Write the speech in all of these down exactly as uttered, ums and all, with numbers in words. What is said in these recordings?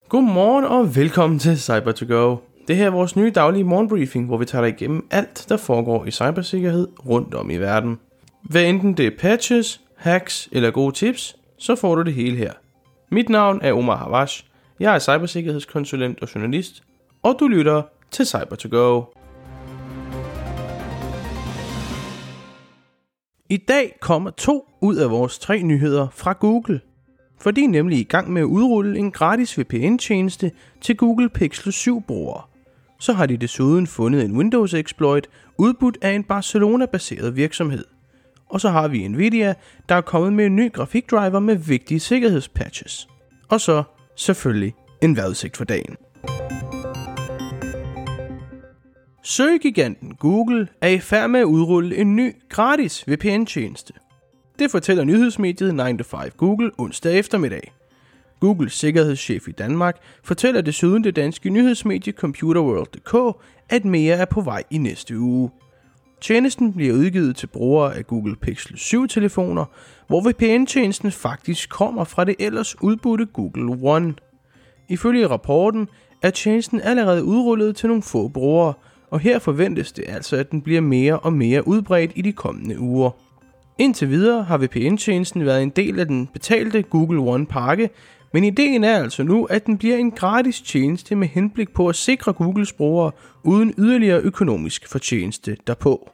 Godmorgen og velkommen til Cyber to Go. Det her er vores nye daglige morgenbriefing, hvor vi tager dig igennem alt, der foregår i cybersikkerhed rundt om i verden. Hvad enten det er patches, hacks eller gode tips, så får du det hele her. Mit navn er Omar Havash. Jeg er cybersikkerhedskonsulent og journalist, og du lytter til Cyber to Go. I dag kommer to ud af vores tre nyheder fra Google. For de er nemlig i gang med at udrulle en gratis V P N-tjeneste til Google Pixel syv brugere. Så har de desuden fundet en Windows-exploit udbudt af en Barcelona-baseret virksomhed. Og så har vi Nvidia, der er kommet med en ny grafikdriver med vigtige sikkerhedspatches. Og så selvfølgelig en vejrudsigt for dagen. Søgegiganten Google er i færd med at udrulle en ny gratis V P N-tjeneste. Det fortæller nyhedsmediet nine to five Google onsdag eftermiddag. Googles sikkerhedschef i Danmark fortæller desuden det danske nyhedsmedie computerworld punktum d k, at mere er på vej i næste uge. Tjenesten bliver udgivet til brugere af Google Pixel syv telefoner, hvor V P N-tjenesten faktisk kommer fra det ellers udbudte Google One. Ifølge rapporten er tjenesten allerede udrullet til nogle få brugere, og her forventes det altså, at den bliver mere og mere udbredt i de kommende uger. Indtil videre har V P N-tjenesten været en del af den betalte Google One-pakke, men ideen er altså nu, at den bliver en gratis tjeneste med henblik på at sikre Googles brugere uden yderligere økonomisk fortjeneste derpå.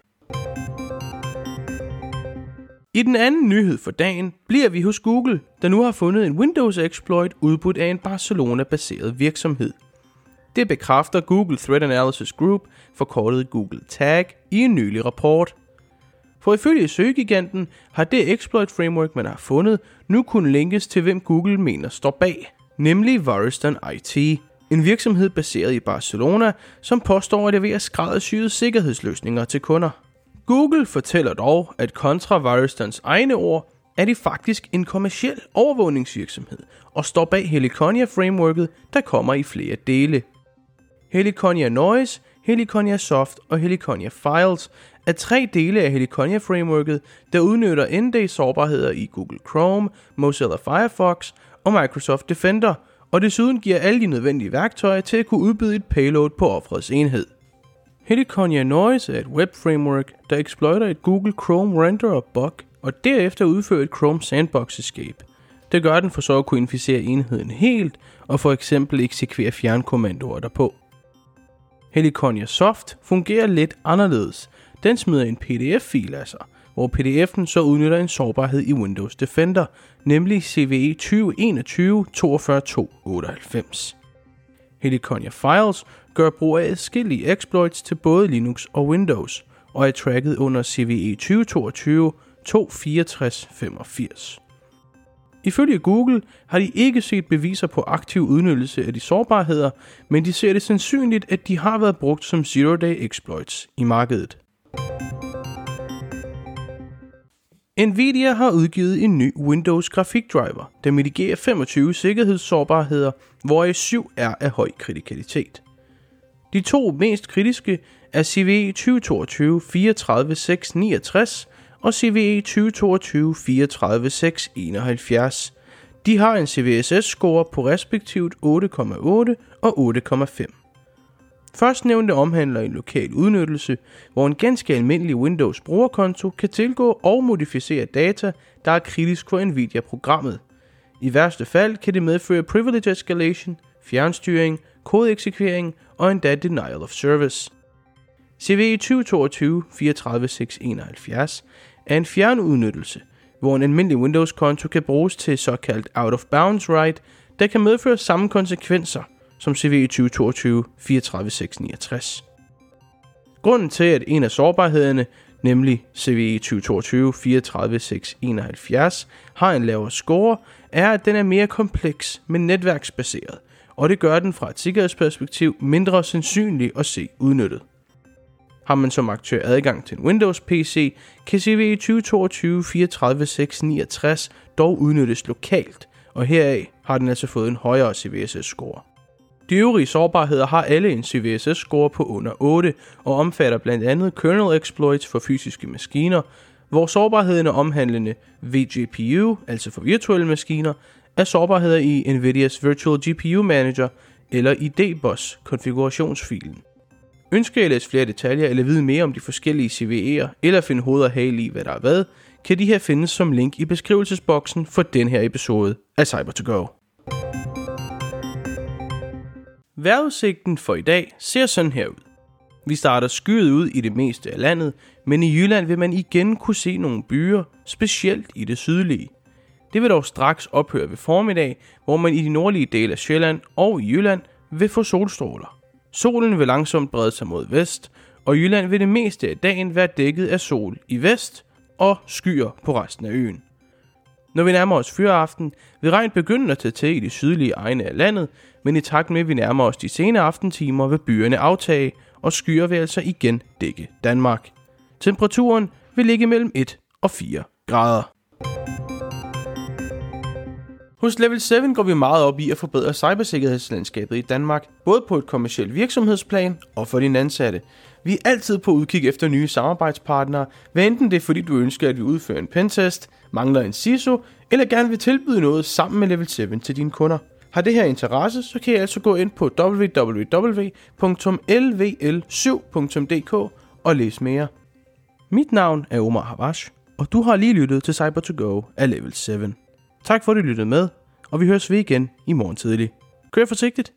I den anden nyhed for dagen bliver vi hos Google, der nu har fundet en Windows-exploit udbudt af en Barcelona-baseret virksomhed. Det bekræfter Google Threat Analysis Group, forkortet Google Tag, i en nylig rapport. For ifølge søgegiganten har det exploit framework, man har fundet, nu kun linkes til hvem Google mener står bag, nemlig Variston I T, en virksomhed baseret i Barcelona, som påstår at levere skræddersyede sikkerhedsløsninger til kunder. Google fortæller dog, at kontra Varistons egne ord, er de faktisk en kommerciel overvågningsvirksomhed og står bag Heliconia-frameworket, der kommer i flere dele. Heliconia Noise, Heliconia Soft og Heliconia Files er tre dele af Heliconia-frameworket, der udnytter N D-sårbarheder i Google Chrome, Mozilla Firefox og Microsoft Defender, og desuden giver alle de nødvendige værktøjer til at kunne udbyde et payload på offerets enhed. Heliconia Noise er et web-framework, der exploiter et Google Chrome renderer bug, og derefter udfører et Chrome Sandbox Escape. Det gør den for så at kunne inficere enheden helt, og for eksempel eksekvere fjernkommandoer derpå. Heliconia Soft fungerer lidt anderledes. Den smider en P D F-fil af sig, hvor P D F'en så udnytter en sårbarhed i Windows Defender, nemlig C V E tyve enogtyve toogfyrre to otteoghalvfems. Heliconia Files gør brug af adskillige exploits til både Linux og Windows, og er tracket under C V E tyve toogtyve to fireogtres femogfirs. Ifølge Google har de ikke set beviser på aktiv udnyttelse af de sårbarheder, men de ser det sandsynligt, at de har været brugt som zero-day exploits i markedet. Nvidia har udgivet en ny Windows grafikdriver, der mitigerer femogtyve sikkerhedssårbarheder, hvoraf syv er af høj kritikalitet. De to mest kritiske er C V E tyve toogtyve fireogtredive seks niogtres og C V E tyve toogtyve fireogtredive seks enoghalvfjerds. De har en C V S S-score på respektivt otte komma otte og otte komma fem. Førstnævnte omhandler en lokal udnyttelse, hvor en ganske almindelig Windows brugerkonto kan tilgå og modificere data, der er kritisk for Nvidia-programmet. I værste fald kan det medføre privilege escalation, fjernstyring, kodeeksekvering og endda denial of service. C V E tyve toogtyve fireogtredive seks enoghalvfjerds er en fjernudnyttelse, hvor en almindelig Windows-konto kan bruges til såkaldt out-of-bounds write, der kan medføre samme konsekvenser som C V E tyve toogtyve fireogtredive seks niogtres. Grunden til, at en af sårbarhederne, nemlig C V E tyve toogtyve fireogtredive seks enoghalvfjerds, har en lavere score, er, at den er mere kompleks, men netværksbaseret, og det gør den fra et sikkerhedsperspektiv mindre sandsynlig at se udnyttet. Har man som aktør adgang til en Windows P C, kan C V E tyve toogtyve fireogtredive seks niogtres dog udnyttes lokalt, og heraf har den altså fået en højere C V S S-score. De øvrige sårbarheder har alle en C V S S-score på under otte og omfatter blandt andet kernel exploits for fysiske maskiner, hvor sårbarhederne omhandlende V G P U, altså for virtuelle maskiner, er sårbarheder i Nvidias Virtual G P U Manager eller i D B O S konfigurationsfilen. Ønsker I at læse flere detaljer eller vide mere om de forskellige C V E'er eller finde hoved og hale i hvad der er hvad, kan de her findes som link i beskrivelsesboksen for den her episode af Cyber to Go. Vejrudsigten for i dag ser sådan her ud. Vi starter skyet ud i det meste af landet, men i Jylland vil man igen kunne se nogle byer, specielt i det sydlige. Det vil dog straks ophøre ved formiddag, hvor man i de nordlige dele af Sjælland og i Jylland vil få solstråler. Solen vil langsomt brede sig mod vest, og i Jylland vil det meste af dagen være dækket af sol i vest og skyer på resten af øen. Når vi nærmer os fyraften, vil regn begynde at tage til i de sydlige egne af landet, men i takt med at vi nærmer os de sene aftentimer vil byerne aftage, og skyer vil altså igen dække Danmark. Temperaturen vil ligge mellem et og fire grader. Hos Level syv går vi meget op i at forbedre cybersikkerhedslandskabet i Danmark, både på et kommercielt virksomhedsplan og for dine ansatte. Vi er altid på udkig efter nye samarbejdspartnere, hvad enten det er fordi du ønsker at vi udfører en pentest, mangler en C I S O, eller gerne vil tilbyde noget sammen med Level syv til dine kunder. Har det her interesse, så kan I altså gå ind på w w w punktum l v l syv punktum d k og læse mere. Mit navn er Omar Havash, og du har lige lyttet til Cyber to Go af Level syv. Tak for at du lyttede med, og vi høres ved igen i morgen tidlig. Kør forsigtigt!